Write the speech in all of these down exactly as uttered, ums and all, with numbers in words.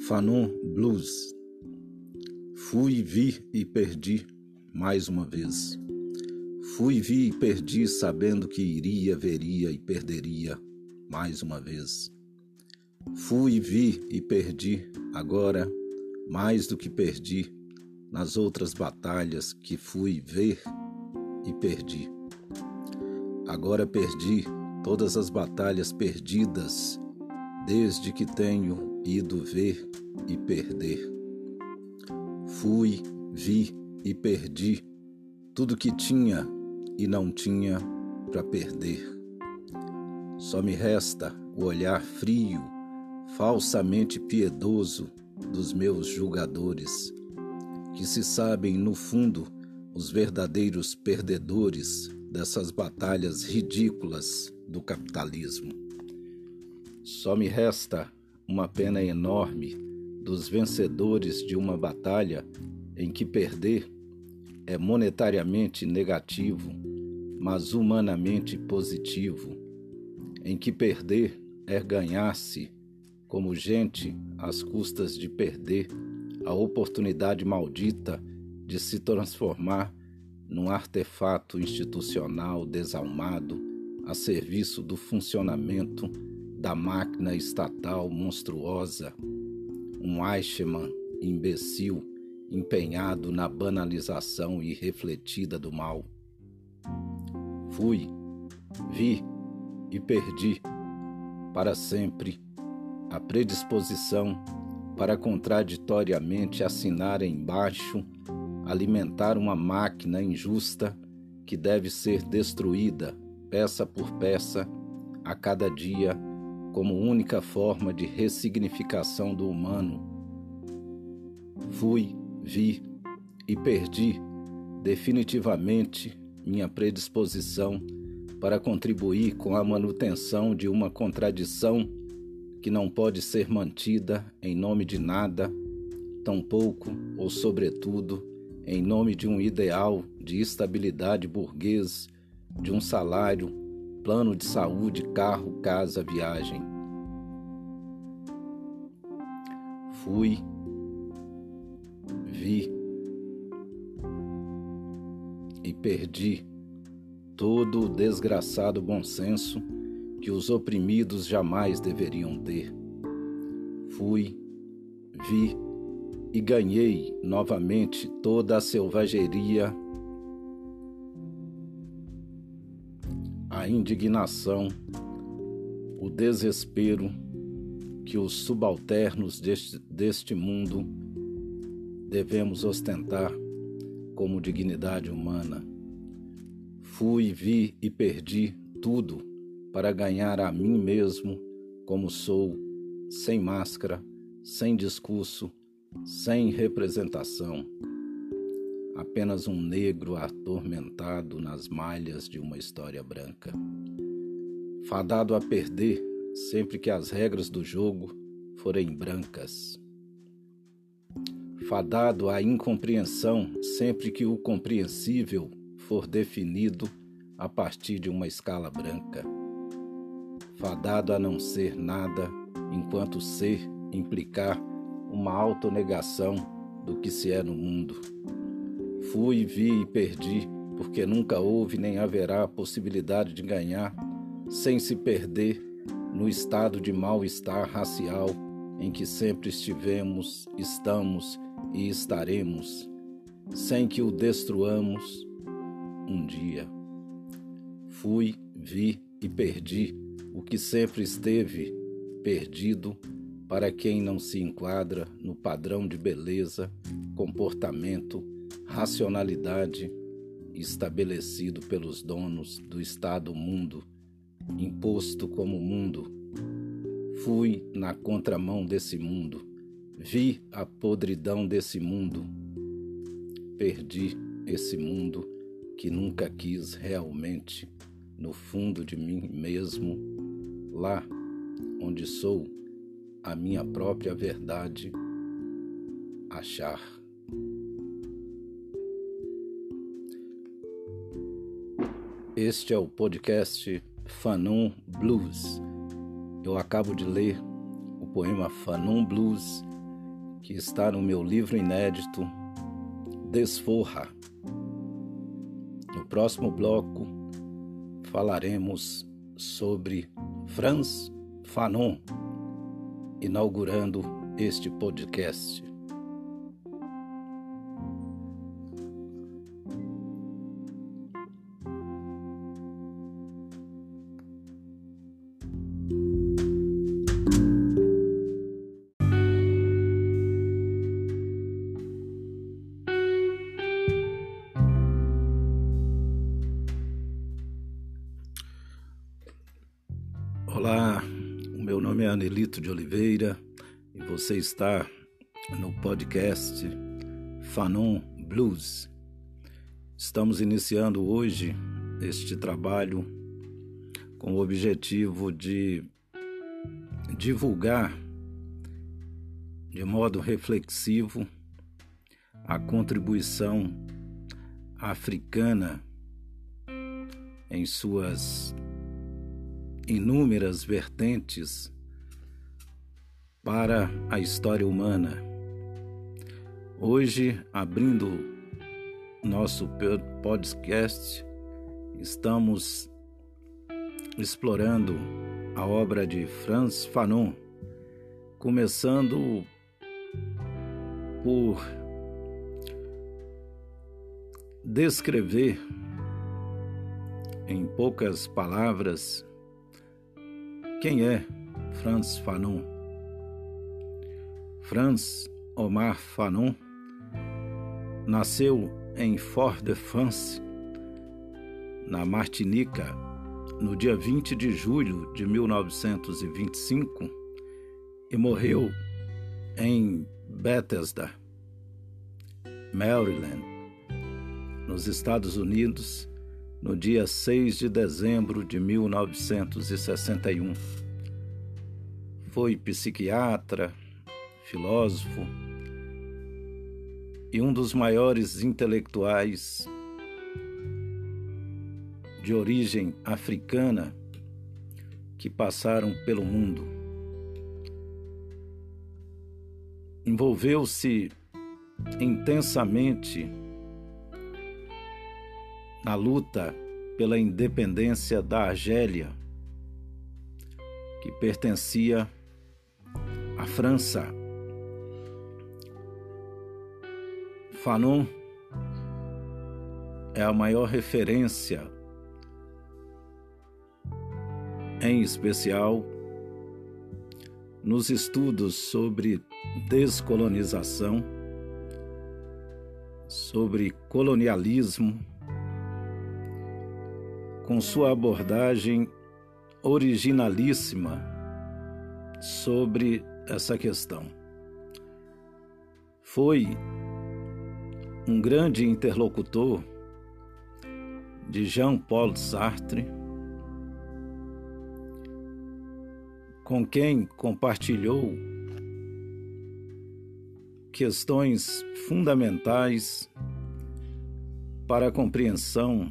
Fanon Blues. Fui, vi e perdi mais uma vez. Fui, vi e perdi sabendo que iria, veria e perderia mais uma vez. Fui, vi e perdi agora mais do que perdi nas outras batalhas que fui ver e perdi. Agora perdi todas as batalhas perdidas desde que tenho ido ver e perder. Fui, vi e perdi tudo que tinha e não tinha para perder. Só me resta o olhar frio, falsamente piedoso dos meus julgadores, que se sabem no fundo os verdadeiros perdedores dessas batalhas ridículas do capitalismo. Só me resta uma pena enorme dos vencedores de uma batalha em que perder é monetariamente negativo, mas humanamente positivo, em que perder é ganhar-se como gente às custas de perder a oportunidade maldita de se transformar num artefato institucional desalmado a serviço do funcionamento da máquina estatal monstruosa, um Eichmann imbecil empenhado na banalização irrefletida do mal. Fui, vi e perdi para sempre a predisposição para contraditoriamente assinar embaixo, alimentar uma máquina injusta que deve ser destruída peça por peça a cada dia como única forma de ressignificação do humano. Fui, vi e perdi definitivamente minha predisposição para contribuir com a manutenção de uma contradição que não pode ser mantida em nome de nada, tampouco ou sobretudo em nome de um ideal de estabilidade burguês, de um salário, plano de saúde, carro, casa, viagem. Fui, vi e perdi todo o desgraçado bom senso que os oprimidos jamais deveriam ter. Fui, vi e ganhei novamente toda a selvageria, a indignação, o desespero que os subalternos deste, deste mundo devemos ostentar como dignidade humana. Fui, vi e perdi tudo para ganhar a mim mesmo como sou, sem máscara, sem discurso, sem representação. Apenas um negro atormentado nas malhas de uma história branca, fadado a perder sempre que as regras do jogo forem brancas, fadado à incompreensão sempre que o compreensível for definido a partir de uma escala branca, fadado a não ser nada enquanto ser implicar uma autonegação do que se é no mundo. Fui, vi e perdi, porque nunca houve nem haverá a possibilidade de ganhar sem se perder no estado de mal-estar racial em que sempre estivemos, estamos e estaremos, sem que o destruamos um dia. Fui, vi e perdi o que sempre esteve perdido para quem não se enquadra no padrão de beleza, comportamento, racionalidade estabelecido pelos donos do Estado-mundo, imposto como mundo. Fui na contramão desse mundo, vi a podridão desse mundo, perdi esse mundo que nunca quis realmente, no fundo de mim mesmo, lá onde sou a minha própria verdade, achar. Este é o podcast Fanon Blues. Eu acabo de ler o poema Fanon Blues que está no meu livro inédito Desforra. No próximo bloco falaremos sobre Frantz Fanon, inaugurando este podcast. Olá, o meu nome é Anelito de Oliveira e você está no podcast Fanon Blues. Estamos iniciando hoje este trabalho com o objetivo de divulgar de modo reflexivo a contribuição africana em suas inúmeras vertentes para a história humana. Hoje, abrindo nosso podcast, estamos explorando a obra de Frantz Fanon, começando por descrever em poucas palavras quem é Frantz Fanon. Frantz Omar Fanon nasceu em Fort-de-France, na Martinica, no dia vinte de julho de mil novecentos e vinte e cinco e morreu em Bethesda, Maryland, nos Estados Unidos, no dia seis de dezembro de mil novecentos e sessenta e um. Foi psiquiatra, filósofo e um dos maiores intelectuais de origem africana que passaram pelo mundo. Envolveu-se intensamente na luta pela independência da Argélia, que pertencia à França. Fanon é a maior referência, em especial nos estudos sobre descolonização, sobre colonialismo, com sua abordagem originalíssima sobre essa questão. Foi um grande interlocutor de Jean-Paul Sartre, com quem compartilhou questões fundamentais para a compreensão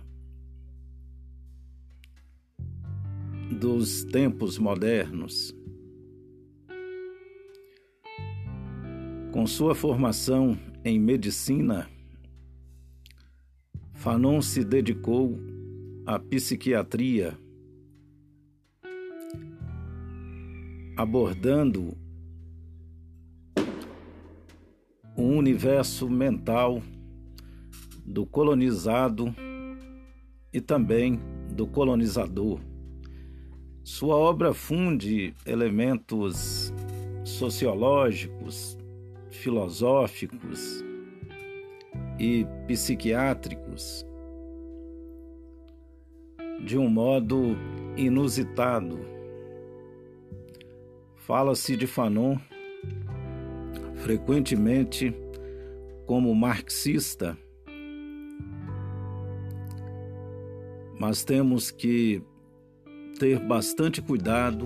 dos tempos modernos. Com sua formação em medicina, Fanon se dedicou à psiquiatria, abordando o universo mental do colonizado e também do colonizador. Sua obra funde elementos sociológicos, filosóficos e psiquiátricos de um modo inusitado. Fala-se de Fanon frequentemente como marxista, mas temos que ter bastante cuidado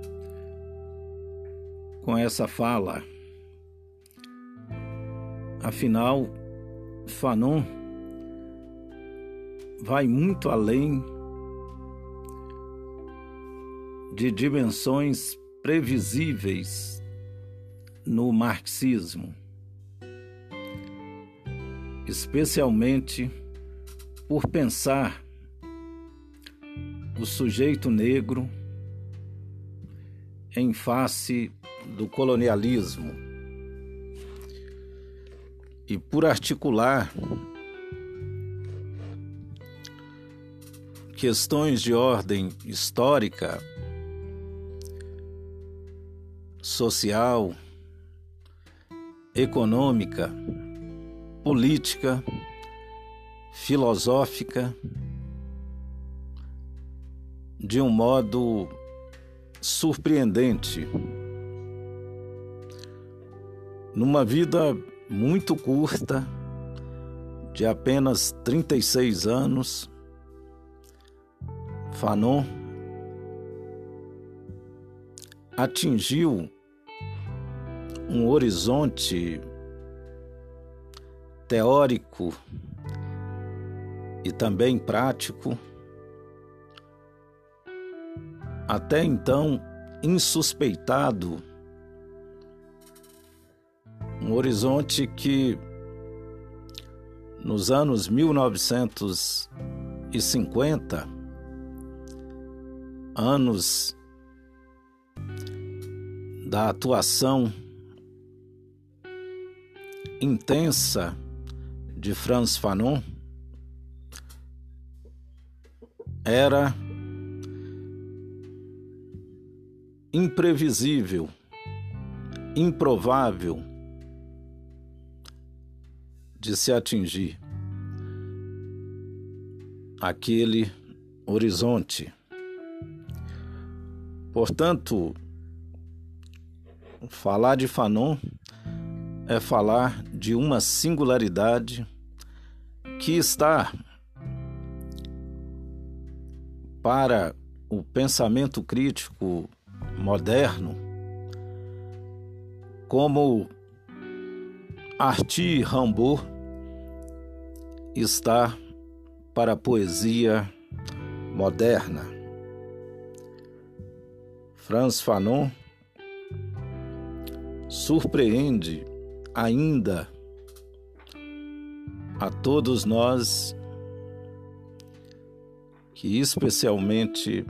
com essa fala. Afinal, Fanon vai muito além de dimensões previsíveis no marxismo. especialmente por pensar o sujeito negro em face do colonialismo e por articular questões de ordem histórica, social, econômica, política, filosófica, de um modo surpreendente. Numa vida muito curta, de apenas trinta e seis anos, Fanon atingiu um horizonte teórico e também prático, até então insuspeitado, um horizonte que nos anos mil novecentos e cinquenta, anos da atuação intensa de Frantz Fanon, era imprevisível, improvável de se atingir aquele horizonte. Portanto, falar de Fanon é falar de uma singularidade que está para o pensamento crítico moderno, como Arthur Rimbaud está para a poesia moderna. Frantz Fanon surpreende ainda a todos nós que, especialmente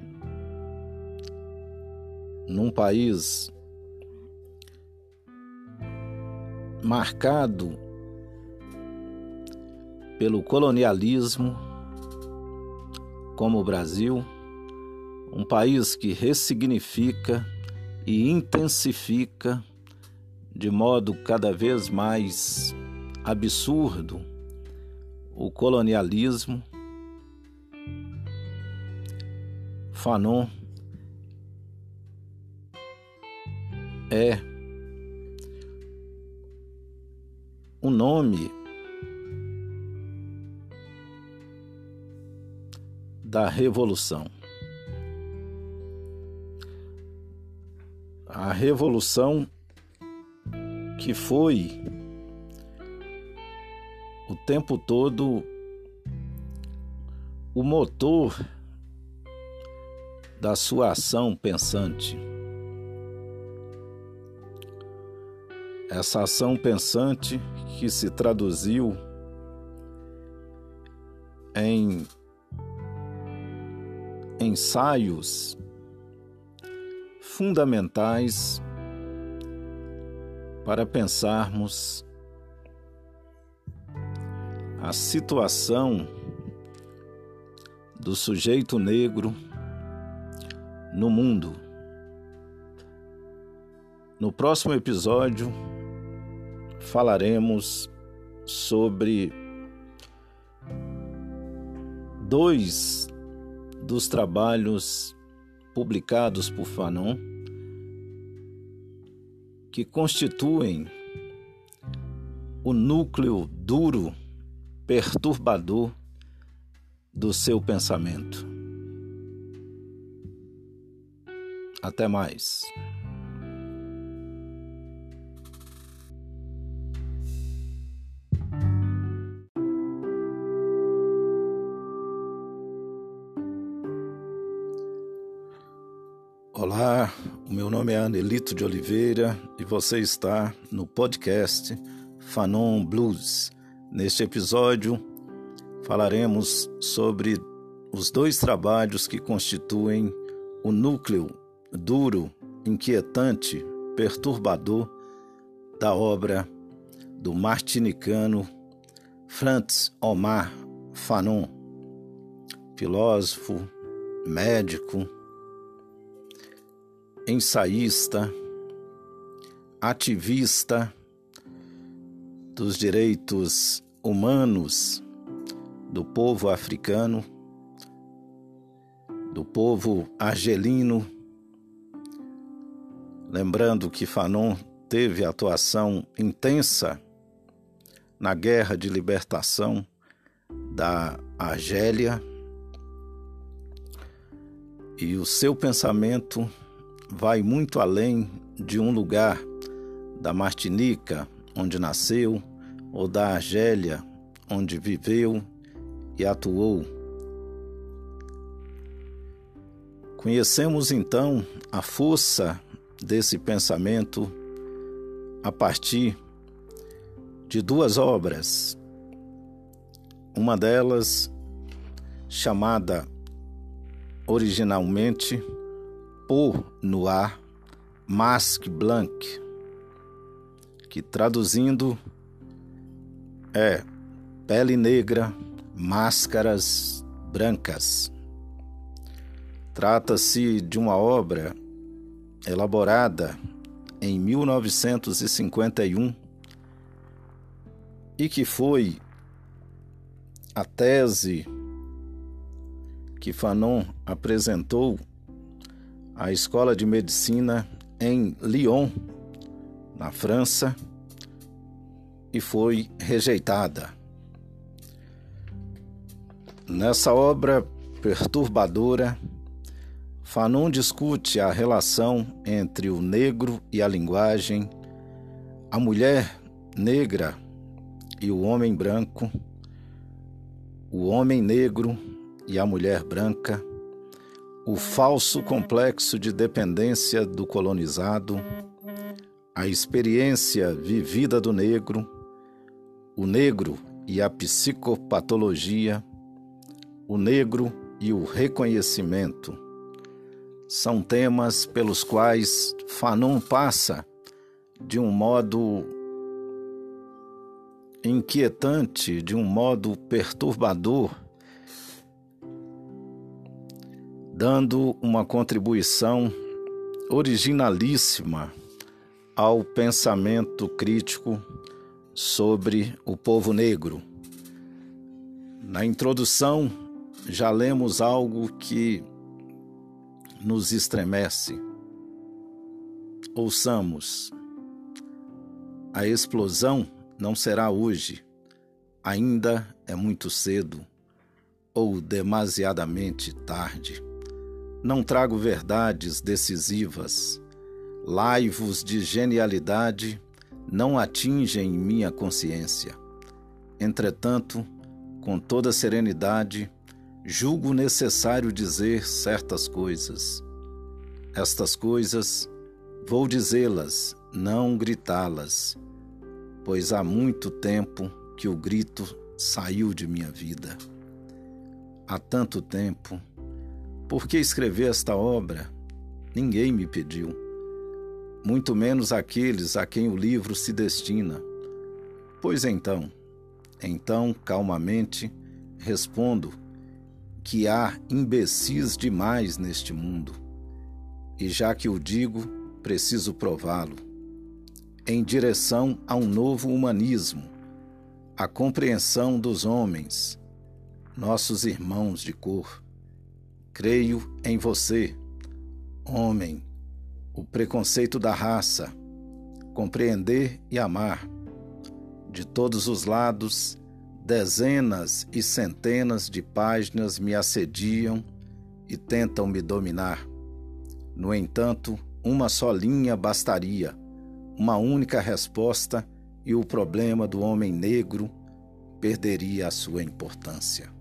num país marcado pelo colonialismo, como o Brasil, um país que ressignifica e intensifica de modo cada vez mais absurdo o colonialismo, Fanon é o nome da revolução. A revolução que foi o tempo todo o motor da sua ação pensante. Essa ação pensante que se traduziu em ensaios fundamentais para pensarmos a situação do sujeito negro no mundo. No próximo episódio, falaremos sobre dois dos trabalhos publicados por Fanon que constituem o núcleo duro, perturbador do seu pensamento. Até mais. Olá, o meu nome é Anelito de Oliveira e você está no podcast Fanon Blues, Neste episódio, falaremos sobre os dois trabalhos que constituem o núcleo duro, inquietante, perturbador da obra do martinicano Frantz Omar Fanon, filósofo, médico, ensaísta, ativista dos direitos humanos do povo africano, do povo argelino. Lembrando que Fanon teve atuação intensa na guerra de libertação da Argélia, e o seu pensamento vai muito além de um lugar da Martinica, onde nasceu, ou da Argélia, onde viveu e atuou. Conhecemos então a força desse pensamento a partir de duas obras. Uma delas, chamada originalmente Peau Noire, Masque Blanc, que traduzindo é Pele Negra, Máscaras Brancas. Trata-se de uma obra elaborada em mil novecentos e cinquenta e um e que foi a tese que Fanon apresentou à Escola de Medicina em Lyon, na França, e foi rejeitada. Nessa obra perturbadora, Fanon discute a relação entre o negro e a linguagem, a mulher negra e o homem branco, o homem negro e a mulher branca, o falso complexo de dependência do colonizado, a experiência vivida do negro, o negro e a psicopatologia, o negro e o reconhecimento. São temas pelos quais Fanon passa de um modo inquietante, de um modo perturbador, dando uma contribuição originalíssima ao pensamento crítico sobre o povo negro. Na introdução, já lemos algo que nos estremece. Ouçamos: a explosão não será hoje, ainda é muito cedo, ou demasiadamente tarde. Não trago verdades decisivas, laivos de genialidade não atingem minha consciência. Entretanto, com toda serenidade, julgo necessário dizer certas coisas. Estas coisas vou dizê-las, não gritá-las, pois há muito tempo que o grito saiu de minha vida. Há tanto tempo. Por que escrever esta obra? Ninguém me pediu, muito menos aqueles a quem o livro se destina. Pois então, então, calmamente, respondo que há imbecis demais neste mundo, e já que o digo, preciso prová-lo, em direção a um novo humanismo, a compreensão dos homens, nossos irmãos de cor. Creio em você, homem, o preconceito da raça, compreender e amar. De todos os lados, dezenas e centenas de páginas me assediam e tentam me dominar. No entanto, uma só linha bastaria, uma única resposta, e o problema do homem negro perderia a sua importância.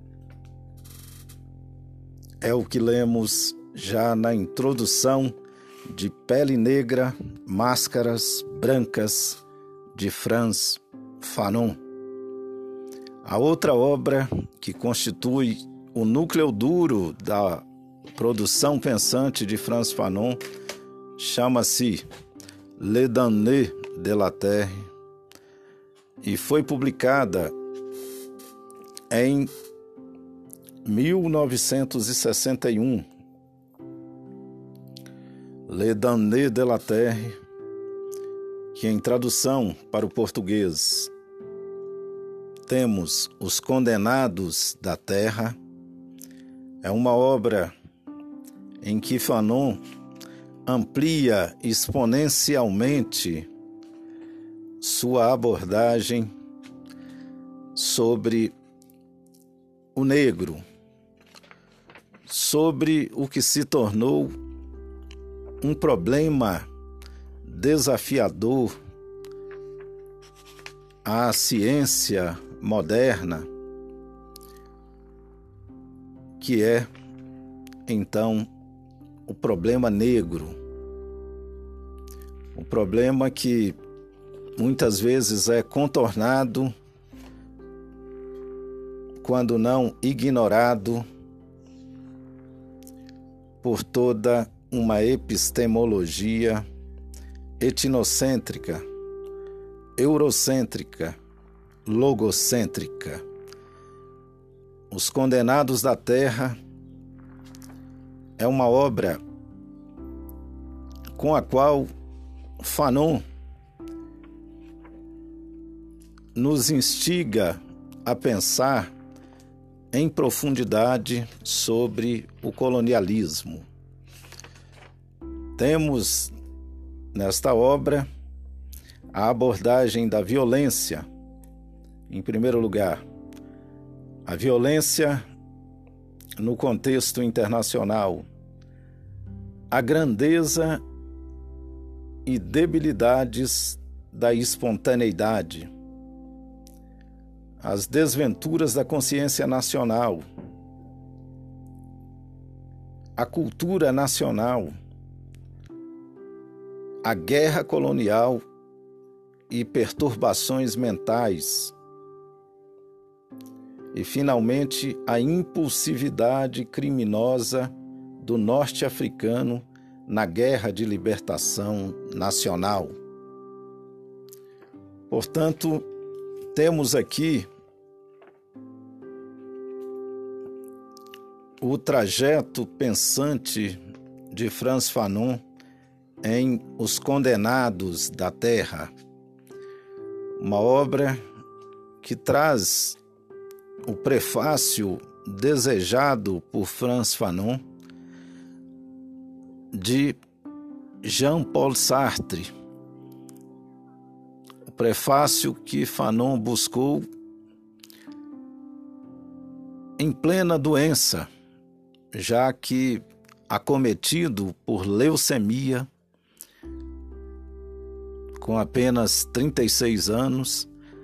É o que lemos já na introdução de Pele Negra, Máscaras Brancas, de Frantz Fanon. A outra obra que constitui o núcleo duro da produção pensante de Frantz Fanon chama-se Les Damnés de la Terre e foi publicada em mil novecentos e sessenta e um. Les Damnés de la Terre, que em tradução para o português temos Os Condenados da Terra, é uma obra em que Fanon amplia exponencialmente sua abordagem sobre o negro, sobre o que se tornou um problema desafiador à ciência moderna, que é, então, o problema negro. O problema que muitas vezes é contornado, quando não ignorado, por toda uma epistemologia etnocêntrica, eurocêntrica, logocêntrica. Os Condenados da Terra é uma obra com a qual Fanon nos instiga a pensar em profundidade sobre o colonialismo. Temos nesta obra a abordagem da violência, em primeiro lugar, a violência no contexto internacional, a grandeza e debilidades da espontaneidade, as desventuras da consciência nacional, a cultura nacional, a guerra colonial e perturbações mentais, e, finalmente, a impulsividade criminosa do norte-africano na guerra de libertação nacional. Portanto, temos aqui o trajeto pensante de Frantz Fanon em Os Condenados da Terra, uma obra que traz o prefácio desejado por Frantz Fanon de Jean-Paul Sartre, o prefácio que Fanon buscou em plena doença, já que acometido por leucemia, com apenas trinta e seis anos,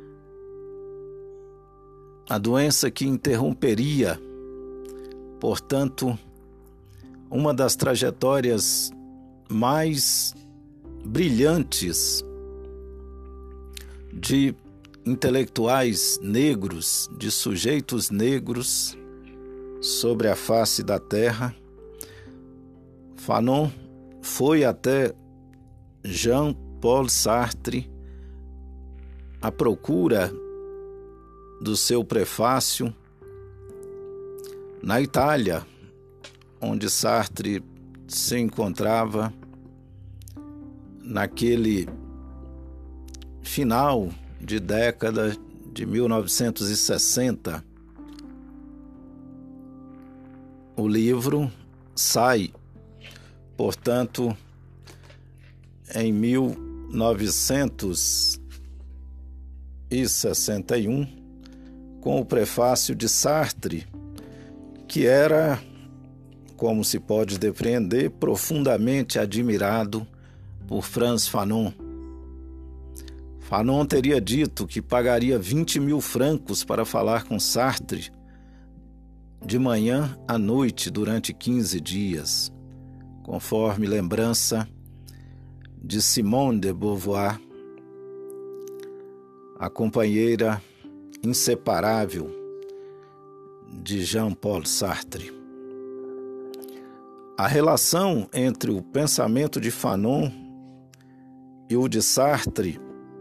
a doença que interromperia, portanto, uma das trajetórias mais brilhantes de intelectuais negros, de sujeitos negros sobre a face da terra. Fanon foi até Jean-Paul Sartre à procura do seu prefácio na Itália, onde Sartre se encontrava naquele final de década de mil novecentos e sessenta. O livro sai, portanto, em mil novecentos e sessenta e um, com o prefácio de Sartre, que era, como se pode depreender, profundamente admirado por Frantz Fanon. Fanon teria dito que pagaria vinte mil francos para falar com Sartre de manhã à noite durante quinze dias, conforme lembrança de Simone de Beauvoir, a companheira inseparável de Jean-Paul Sartre. A relação entre o pensamento de Fanon e o de Sartre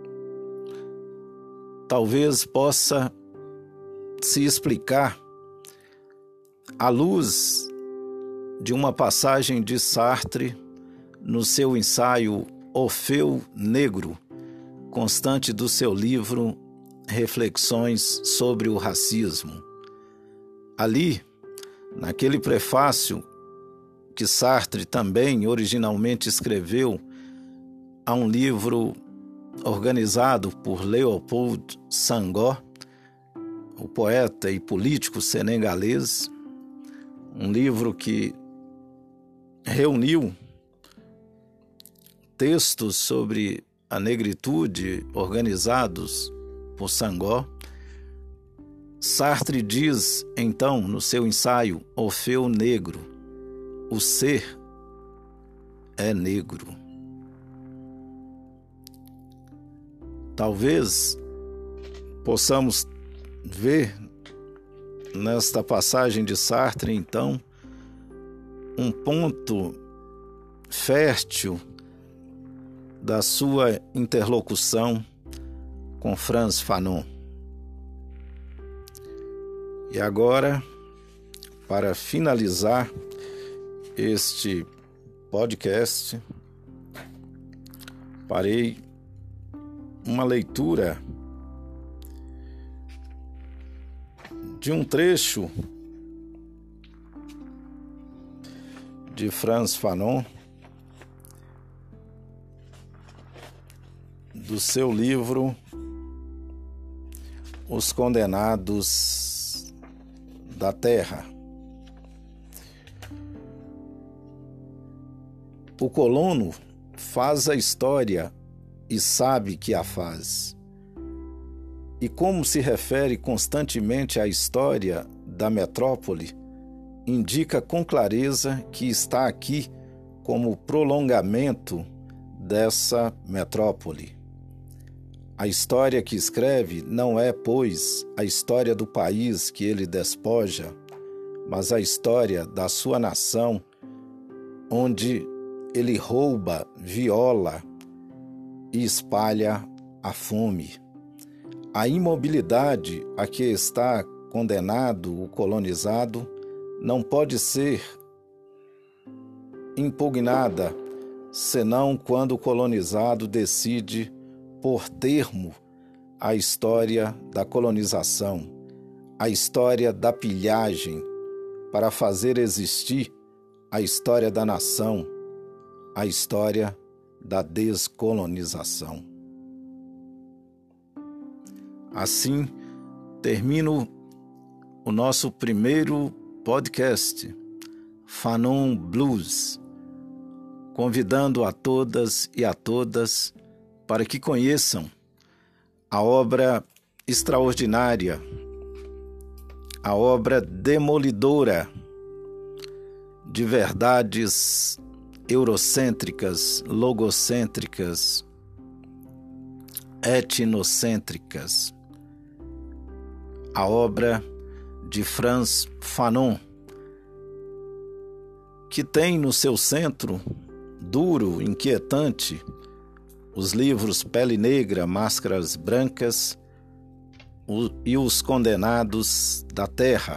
talvez possa se explicar à luz de uma passagem de Sartre no seu ensaio Orfeu Negro, constante do seu livro Reflexões sobre o Racismo. Ali, naquele prefácio que Sartre também originalmente escreveu a um livro organizado por Leopold Senghor, o poeta e político senegalês, um livro que reuniu textos sobre a negritude organizados por Senghor. Sartre diz, então, no seu ensaio Orfeu Negro, o ser é negro. Talvez possamos ver nesta passagem de Sartre, então, um ponto fértil da sua interlocução com Frantz Fanon. E agora, para finalizar este podcast, farei uma leitura de um trecho de Frantz Fanon, do seu livro Os Condenados da Terra. O colono faz a história e sabe que a faz. E como se refere constantemente à história da metrópole, indica com clareza que está aqui como prolongamento dessa metrópole. A história que escreve não é, pois, a história do país que ele despoja, mas a história da sua nação, onde ele rouba, viola e espalha a fome. A imobilidade a que está condenado o colonizado não pode ser impugnada, senão quando o colonizado decide por termo a história da colonização, a história da pilhagem, para fazer existir a história da nação, a história da descolonização. Assim, termino o nosso primeiro podcast, Fanon Blues, convidando a todas e a todas para que conheçam a obra extraordinária, a obra demolidora de verdades eurocêntricas, logocêntricas, etnocêntricas, a obra de Frantz Fanon, que tem no seu centro, duro, inquietante, os livros Pele Negra, Máscaras Brancas o, e Os Condenados da Terra.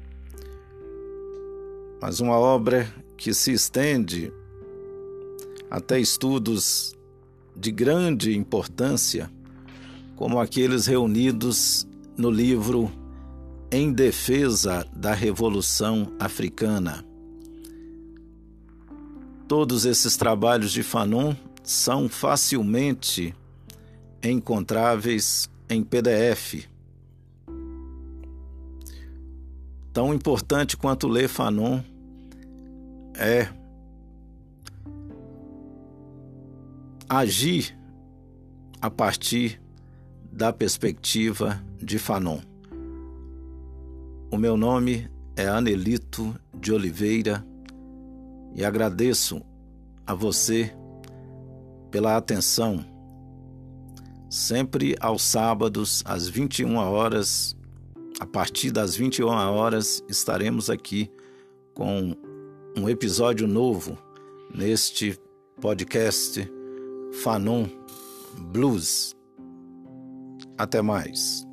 Mas uma obra que se estende até estudos de grande importância, como aqueles reunidos no livro Em Defesa da Revolução Africana. Todos esses trabalhos de Fanon são facilmente encontráveis em P D F. Tão importante quanto ler Fanon é agir a partir da perspectiva de Fanon. O meu nome é Anelito de Oliveira e agradeço a você pela atenção. Sempre aos sábados, às vinte e uma horas, a partir das vinte e uma horas, estaremos aqui com um episódio novo neste podcast Fanon Blues. Até mais.